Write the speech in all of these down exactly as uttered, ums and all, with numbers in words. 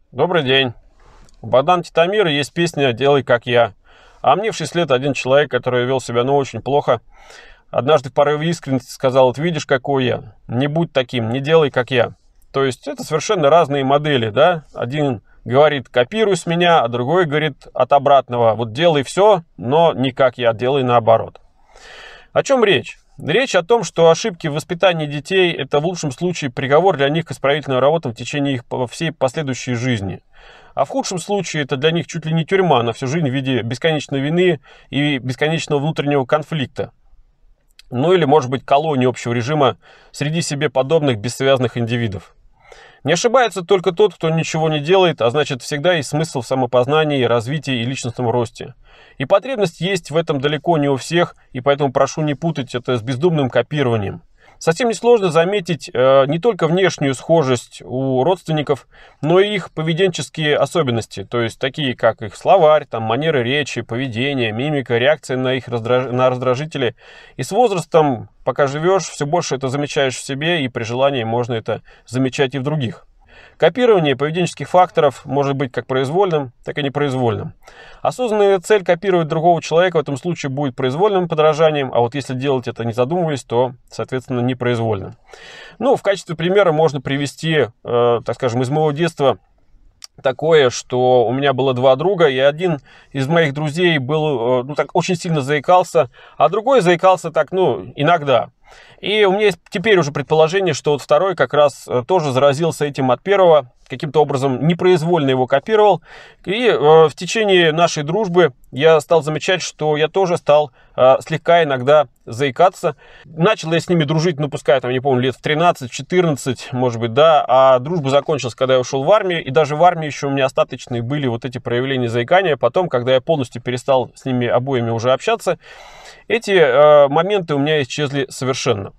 Добрый день. У Богдана Титамира есть песня «Делай как я». А мне в шесть лет один человек, который вел себя ну очень плохо, однажды в порыве искренности сказал: вот видишь, какой я, не будь таким, не делай как я. То есть это совершенно разные модели, да? Один говорит: копируй с меня, а другой говорит от обратного: вот делай все, но не как я, делай наоборот. О чем речь? Речь о том, что ошибки в воспитании детей – это в лучшем случае приговор для них к исправительным работам в течение их всей последующей жизни. А в худшем случае это для них чуть ли не тюрьма на всю жизнь в виде бесконечной вины и бесконечного внутреннего конфликта. Ну или, может быть, колония общего режима среди себе подобных бессвязных индивидов. Не ошибается только тот, кто ничего не делает, а значит, всегда есть смысл в самопознании, развитии и личностном росте. И потребность есть в этом далеко не у всех, и поэтому прошу не путать это с бездумным копированием. Совсем несложно заметить э, не только внешнюю схожесть у родственников, но и их поведенческие особенности, то есть такие как их словарь, там, манеры речи, поведение, мимика, реакция на их раздраж... на раздражители. И с возрастом, пока живешь, все больше это замечаешь в себе, и при желании можно это замечать и в других. Копирование поведенческих факторов может быть как произвольным, так и непроизвольным. Осознанная цель копировать другого человека в этом случае будет произвольным подражанием, а вот если делать это не задумываясь, то, соответственно, непроизвольным. Ну, в качестве примера можно привести, э, так скажем, из моего детства такое, что у меня было два друга, и один из моих друзей был, ну, так очень сильно заикался, а другой заикался так, ну, иногда. И у меня есть теперь уже предположение, что вот второй как раз тоже заразился этим от первого, каким-то образом непроизвольно его копировал. И э, в течение нашей дружбы я стал замечать, что я тоже стал э, слегка иногда заикаться. Начал я с ними дружить, ну, пускай, там, не помню, лет в тринадцать-четырнадцать, может быть, да, а дружба закончилась, когда я ушел в армию, и даже в армии еще у меня остаточные были вот эти проявления заикания. Потом, когда я полностью перестал с ними обоими уже общаться, эти э, моменты у меня исчезли совершенно.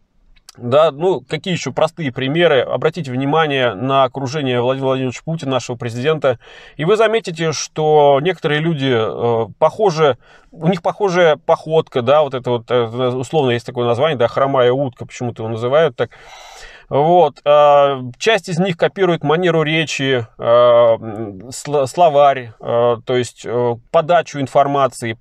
Да, ну, какие еще простые примеры? Обратите внимание на окружение Владимира Владимировича Путина, нашего президента, и вы заметите, что некоторые люди э, похожи, у них похожая походка, да, вот это вот, условно есть такое название, да, хромая утка, почему-то его называют так. Вот. Часть из них копирует манеру речи, словарь, то есть подачу информации,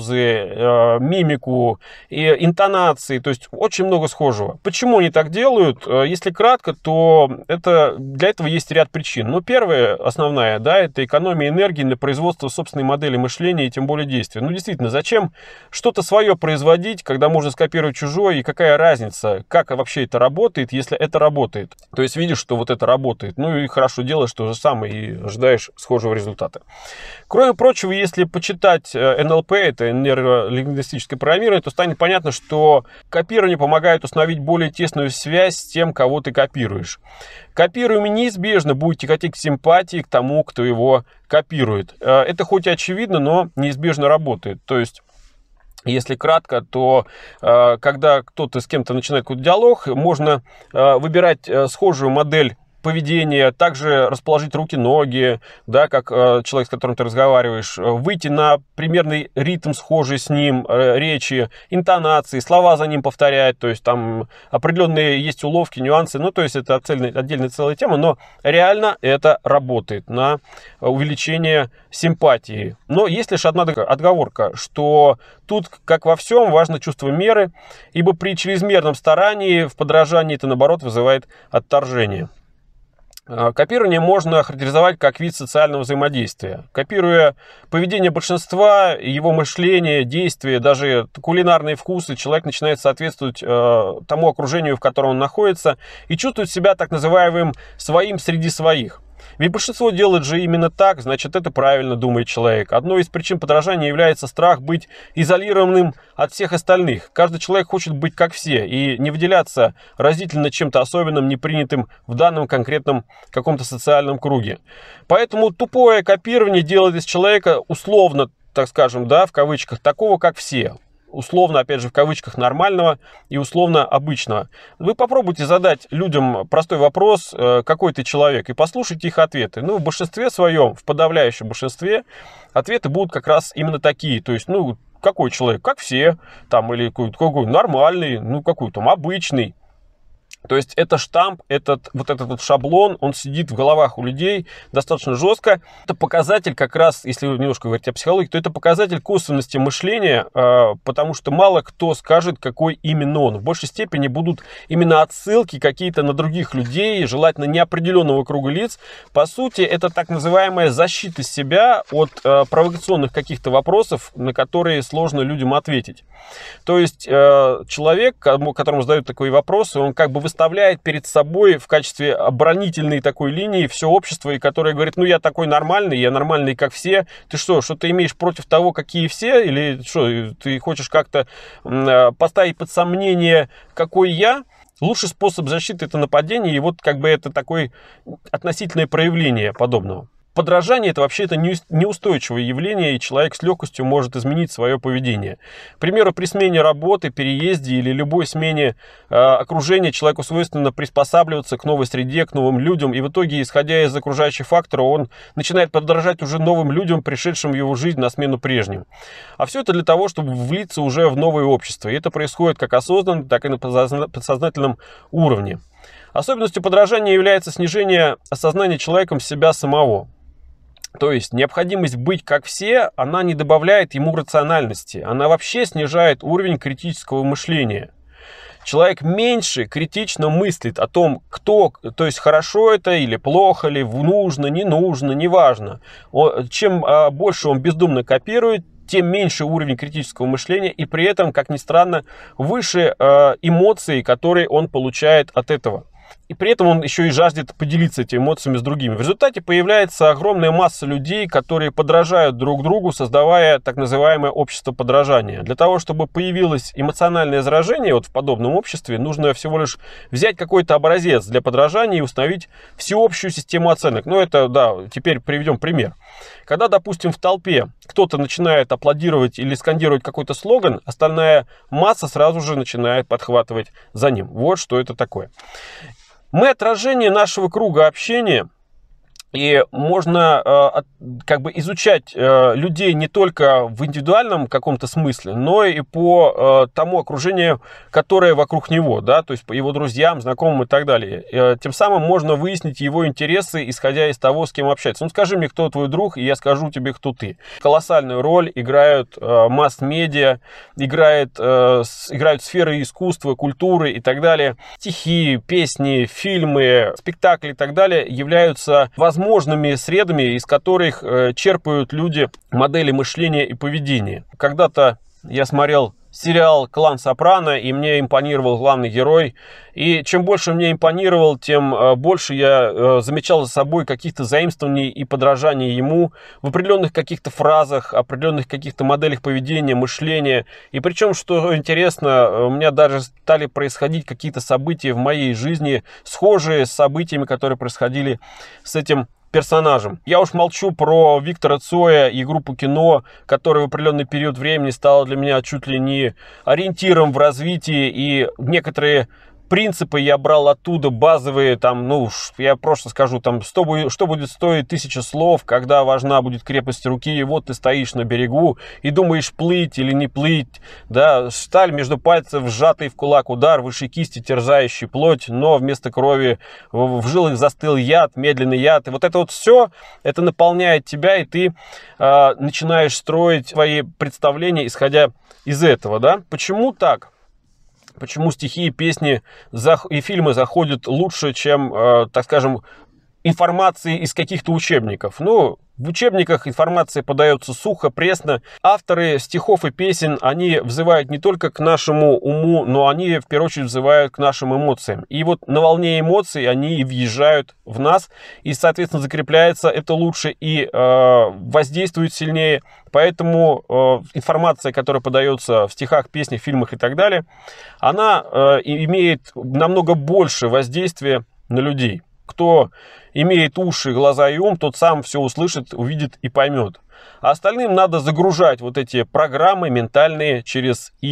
паузы, мимику, и интонации, то есть очень много схожего. Почему они так делают? Если кратко, то это, для этого есть ряд причин. Ну, первая, основная, да, это экономия энергии на производство собственной модели мышления и тем более действия. Ну, действительно, зачем что-то свое производить, когда можно скопировать чужое, и какая разница, как вообще это работает, если это работает. То есть видишь, что вот это работает, ну и хорошо делаешь то же самое и ожидаешь схожего результата. Кроме прочего, если почитать эн эл пи, это нейролингвистическое программирование, то станет понятно, что копирование помогает установить более тесную связь с тем, кого ты копируешь. Копируемый неизбежно будет тяготеть к симпатии к тому, кто его копирует. Это хоть и очевидно, но неизбежно работает. То есть если кратко, то э, когда кто-то с кем-то начинает какой-то диалог, можно э, выбирать э, схожую модель поведения, также расположить руки-ноги, да, как э, человек, с которым ты разговариваешь, выйти на примерный ритм, схожий с ним, э, речи, интонации, слова за ним повторять, то есть там определенные есть уловки, нюансы, ну, то есть это отдельная, отдельная целая тема, но реально это работает на увеличение симпатии. Но есть лишь одна отговорка, что тут, как во всем, важно чувство меры, ибо при чрезмерном старании в подражании это, наоборот, вызывает отторжение. Копирование можно охарактеризовать как вид социального взаимодействия. Копируя поведение большинства, его мышление, действия, даже кулинарные вкусы, человек начинает соответствовать э, тому окружению, в котором он находится, и чувствует себя так называемым своим среди своих. Ведь большинство делает же именно так, значит, это правильно, думает человек. Одной из причин подражания является страх быть изолированным от всех остальных. Каждый человек хочет быть как все и не выделяться разительно чем-то особенным, непринятым в данном конкретном каком-то социальном круге. Поэтому тупое копирование делает из человека условно, так скажем, да, в кавычках, такого, как все. Условно, опять же, в кавычках, нормального и условно обычного. Вы попробуйте задать людям простой вопрос, какой ты человек, и послушайте их ответы. Ну, в большинстве своем, в подавляющем большинстве, ответы будут как раз именно такие. То есть, ну, какой человек? Как все, там, или какой-то какой нормальный, ну, какой-то обычный. То есть это штамп, этот, вот этот вот шаблон, он сидит в головах у людей достаточно жестко. Это показатель как раз, если немножко говорить о психологии, то это показатель косвенности мышления, потому что мало кто скажет, какой именно он. В большей степени будут именно отсылки какие-то на других людей, желательно неопределенного круга лиц. По сути, это так называемая защита себя от провокационных каких-то вопросов, на которые сложно людям ответить. То есть человек, которому задают такие вопросы, он как бы выставляет Выставляет перед собой в качестве оборонительной такой линии все общество, и которое говорит: ну я такой нормальный, я нормальный как все, ты что, что ты имеешь против того, какие все, или что, ты хочешь как-то поставить под сомнение, какой я? Лучший способ защиты — это нападение, и вот как бы это такое относительное проявление подобного. Подражание — это вообще-то неустойчивое явление, и человек с легкостью может изменить свое поведение. К примеру, при смене работы, переезде или любой смене э, окружения человеку свойственно приспосабливаться к новой среде, к новым людям, и в итоге, исходя из окружающих факторов, он начинает подражать уже новым людям, пришедшим в его жизнь на смену прежним. А все это для того, чтобы влиться уже в новое общество. И это происходит как осознанно, так и на подсознательном уровне. Особенностью подражания является снижение осознания человеком себя самого. То есть необходимость быть как все, она не добавляет ему рациональности, она вообще снижает уровень критического мышления. Человек меньше критично мыслит о том, кто, то есть хорошо это или плохо, ли нужно, не нужно, неважно. Чем больше он бездумно копирует, тем меньше уровень критического мышления, и при этом, как ни странно, выше эмоций, которые он получает от этого. И при этом он еще и жаждет поделиться этими эмоциями с другими. В результате появляется огромная масса людей, которые подражают друг другу, создавая так называемое общество подражания. Для того, чтобы появилось эмоциональное заражение вот в подобном обществе, нужно всего лишь взять какой-то образец для подражания и установить всеобщую систему оценок. Ну, это, да, теперь приведем пример. Когда, допустим, в толпе кто-то начинает аплодировать или скандировать какой-то слоган, остальная масса сразу же начинает подхватывать за ним. Вот что это такое. Мы отражение нашего круга общения, и можно э, как бы изучать э, людей не только в индивидуальном каком-то смысле, но и по э, тому окружению, которое вокруг него, да, то есть по его друзьям, знакомым и так далее. Э, тем самым можно выяснить его интересы, исходя из того, с кем общается. Ну, скажи мне, кто твой друг, и я скажу тебе, кто ты. Колоссальную роль играют э, масс-медиа, играет, э, с, играют сферы искусства, культуры и так далее. Стихи, песни, фильмы, спектакли и так далее являются возможными возможными средами, из которых э, черпают люди модели мышления и поведения. Когда-то я смотрел сериал «Клан Сопрано», и мне импонировал главный герой. И чем больше мне импонировал, тем э, больше я э, замечал за собой каких-то заимствований и подражаний ему в определенных каких-то фразах, определенных каких-то моделях поведения, мышления. И причем, что интересно, у меня даже стали происходить какие-то события в моей жизни, схожие с событиями, которые происходили с этим персонажем. Я уж молчу про Виктора Цоя и группу «Кино», которая в определенный период времени стала для меня чуть ли не ориентиром в развитии, и некоторые принципы я брал оттуда, базовые, там, ну, я просто скажу, там, что будет, что будет стоить тысяча слов, когда важна будет крепость руки, и вот ты стоишь на берегу и думаешь, плыть или не плыть, да, сталь между пальцев, сжатый в кулак удар, выше кисти, терзающий плоть, но вместо крови в, в жилах застыл яд, медленный яд, и вот это вот все, это наполняет тебя, и ты э, начинаешь строить свои представления, исходя из этого, да. Почему так? Почему стихи и песни и фильмы заходят лучше, чем, э, так скажем, информации из каких-то учебников? Ну, в учебниках информация подается сухо, пресно. Авторы стихов и песен, они взывают не только к нашему уму, но они, в первую очередь, взывают к нашим эмоциям. И вот на волне эмоций они въезжают в нас, и, соответственно, закрепляется это лучше и э, воздействует сильнее. Поэтому э, информация, которая подается в стихах, песнях, фильмах и так далее, она э, имеет намного больше воздействия на людей. Кто имеет уши, глаза и ум, тот сам все услышит, увидит и поймет. А остальным надо загружать вот эти программы ментальные через их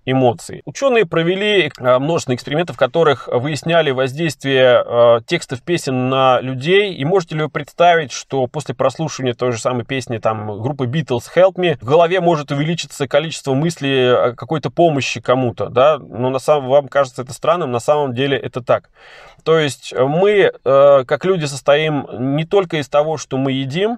эмоций. Ученые провели множество экспериментов, в которых выясняли воздействие текстов песен на людей. И можете ли вы представить, что после прослушивания той же самой песни там, группы Beatles «Help Me» в голове может увеличиться количество мыслей о какой-то помощи кому-то, да? Но на самом, вам кажется это странным, на самом деле это так. То есть мы, как люди, состоим не только из того, что мы едим,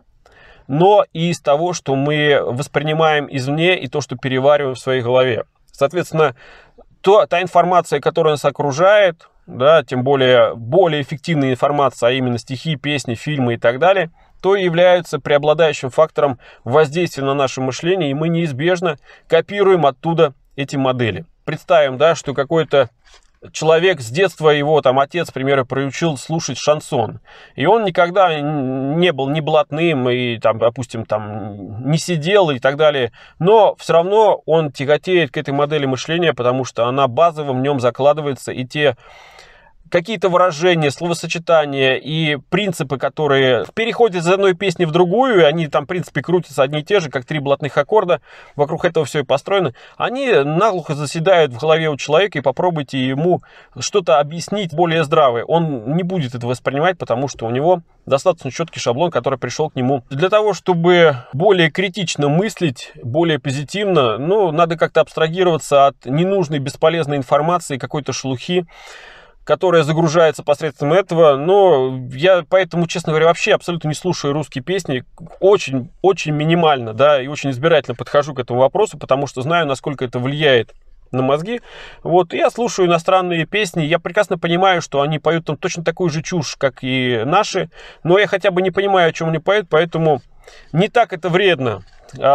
но и из того, что мы воспринимаем извне и то, что перевариваем в своей голове. Соответственно, то, та информация, которая нас окружает, да, тем более более эффективная информация, а именно стихи, песни, фильмы и так далее, то являются преобладающим фактором воздействия на наше мышление, и мы неизбежно копируем оттуда эти модели. Представим, да, что какой-то человек с детства, его там отец, к примеру, приучил слушать шансон. И он никогда не был ни блатным, и там, допустим, там не сидел и так далее. Но все равно он тяготеет к этой модели мышления, потому что она базово в нем закладывается, и те какие-то выражения, словосочетания и принципы, которые переходят из одной песни в другую, и они там, в принципе, крутятся одни и те же, как три блатных аккорда, вокруг этого все и построено, они наглухо заседают в голове у человека, и попробуйте ему что-то объяснить более здравое. Он не будет это воспринимать, потому что у него достаточно четкий шаблон, который пришел к нему. Для того, чтобы более критично мыслить, более позитивно, ну, надо как-то абстрагироваться от ненужной, бесполезной информации, какой-то шелухи, которая загружается посредством этого. Но я поэтому, честно говоря, вообще абсолютно не слушаю русские песни. Очень, очень минимально, да, и очень избирательно подхожу к этому вопросу, потому что знаю, насколько это влияет на мозги. Вот, я слушаю иностранные песни, я прекрасно понимаю, что они поют там точно такую же чушь, как и наши, но я хотя бы не понимаю, о чем они поют, поэтому не так это вредно.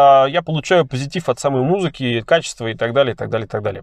Я получаю позитив от самой музыки, качества и так далее, и так далее, и так далее.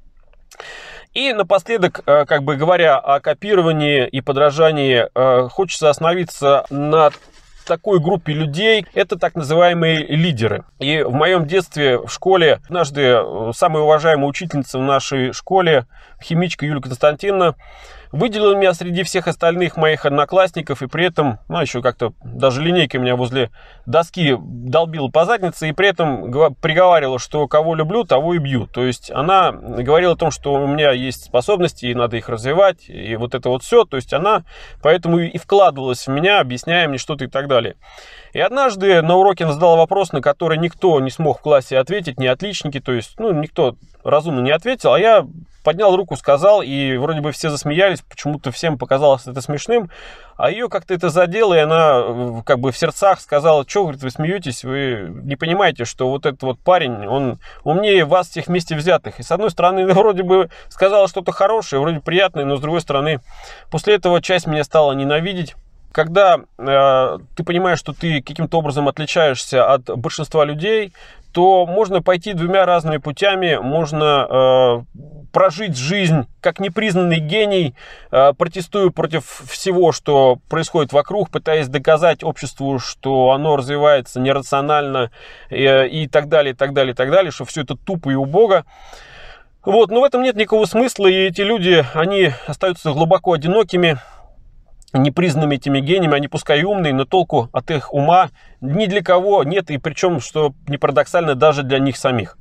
И напоследок, как бы говоря о копировании и подражании, хочется остановиться на такой группе людей. Это так называемые лидеры. И в моем детстве в школе однажды самая уважаемая учительница в нашей школе, химичка Юлия Константиновна, выделила меня среди всех остальных моих одноклассников, и при этом, ну, еще как-то даже линейкой меня возле доски долбила по заднице, и при этом приговаривала, что кого люблю, того и бью. То есть она говорила о том, что у меня есть способности, и надо их развивать, и вот это вот все. То есть она поэтому и вкладывалась в меня, объясняя мне что-то и так далее. И однажды на уроке она задала вопрос, на который никто не смог в классе ответить, ни отличники, то есть, ну, никто разумно не ответил, а я поднял руку, сказал, и вроде бы все засмеялись, почему-то всем показалось это смешным, а ее как-то это задело, и она как бы в сердцах сказала: что, говорит, вы смеетесь, вы не понимаете, что вот этот вот парень, он умнее вас всех вместе взятых. И с одной стороны, вроде бы сказала что-то хорошее, вроде приятное, но с другой стороны, после этого часть меня стала ненавидеть. Когда э, ты понимаешь, что ты каким-то образом отличаешься от большинства людей, то можно пойти двумя разными путями. Можно э, прожить жизнь как непризнанный гений, э, протестуя против всего, что происходит вокруг, пытаясь доказать обществу, что оно развивается нерационально э, и так далее, и так далее, и так далее, что все это тупо и убого. Вот, но в этом нет никакого смысла, и эти люди, они остаются глубоко одинокими, непризнанными этими гениями, они пускай и умные, но толку от их ума ни для кого нет, и причем, что не парадоксально, даже для них самих.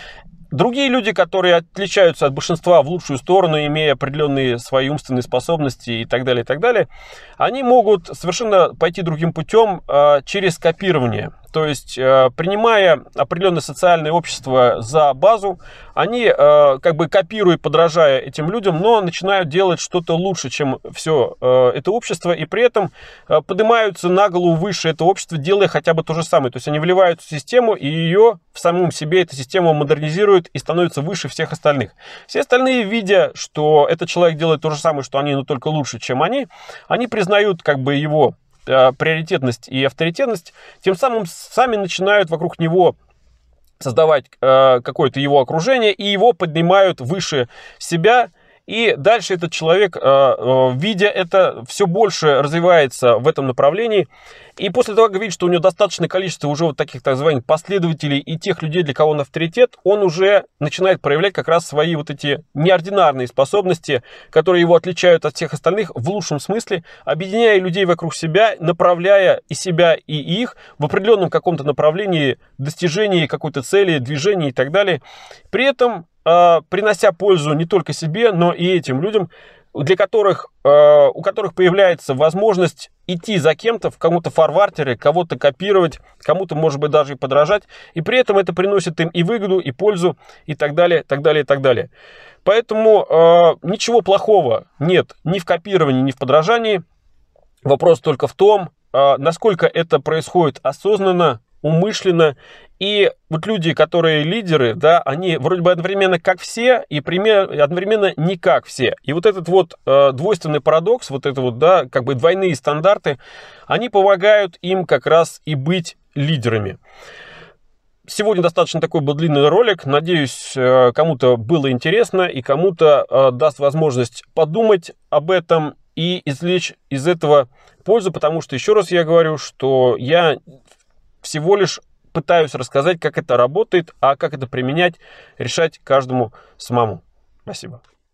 Другие люди, которые отличаются от большинства в лучшую сторону, имея определенные свои умственные способности и так далее, и так далее, они могут совершенно пойти другим путем э, через копирование. То есть, э, принимая определенное социальное общество за базу, они э, как бы копируя, подражая этим людям, но начинают делать что-то лучше, чем все э, это общество, и при этом э, поднимаются на голову выше это общество, делая хотя бы то же самое. То есть, они вливают в систему, и ее в самом себе, эта система модернизирует и становится выше всех остальных. Все остальные, видя, что этот человек делает то же самое, что они, но только лучше, чем они, они признают как бы его приоритетность и авторитетность, тем самым сами начинают вокруг него создавать э, какое-то его окружение и его поднимают выше себя. И дальше этот человек, э, э, видя это, все больше развивается в этом направлении. И после того, как видит, что у него достаточное количество уже вот таких так называемых последователей и тех людей, для кого он авторитет, он уже начинает проявлять как раз свои вот эти неординарные способности, которые его отличают от всех остальных в лучшем смысле, объединяя людей вокруг себя, направляя и себя, и их в определенном каком-то направлении достижения какой-то цели, движения и так далее. При этом э, принося пользу не только себе, но и этим людям, для которых, э, у которых появляется возможность идти за кем-то в кому-то фарвартере, кого-то копировать, кому-то, может быть, даже и подражать, и при этом это приносит им и выгоду, и пользу, и так далее, так далее, и так далее. Поэтому э, ничего плохого нет ни в копировании, ни в подражании. Вопрос только в том, э, насколько это происходит осознанно, умышленно. И вот люди, которые лидеры, да, они вроде бы одновременно как все и пример, одновременно не как все. И вот этот вот э, двойственный парадокс, вот это вот, да, как бы двойные стандарты, они помогают им как раз и быть лидерами. Сегодня достаточно такой был длинный ролик. Надеюсь, э, кому-то было интересно и кому-то э, даст возможность подумать об этом и извлечь из этого пользу, потому что, еще раз я говорю, что я всего лишь пытаюсь рассказать, как это работает, а как это применять, решать каждому самому. Спасибо.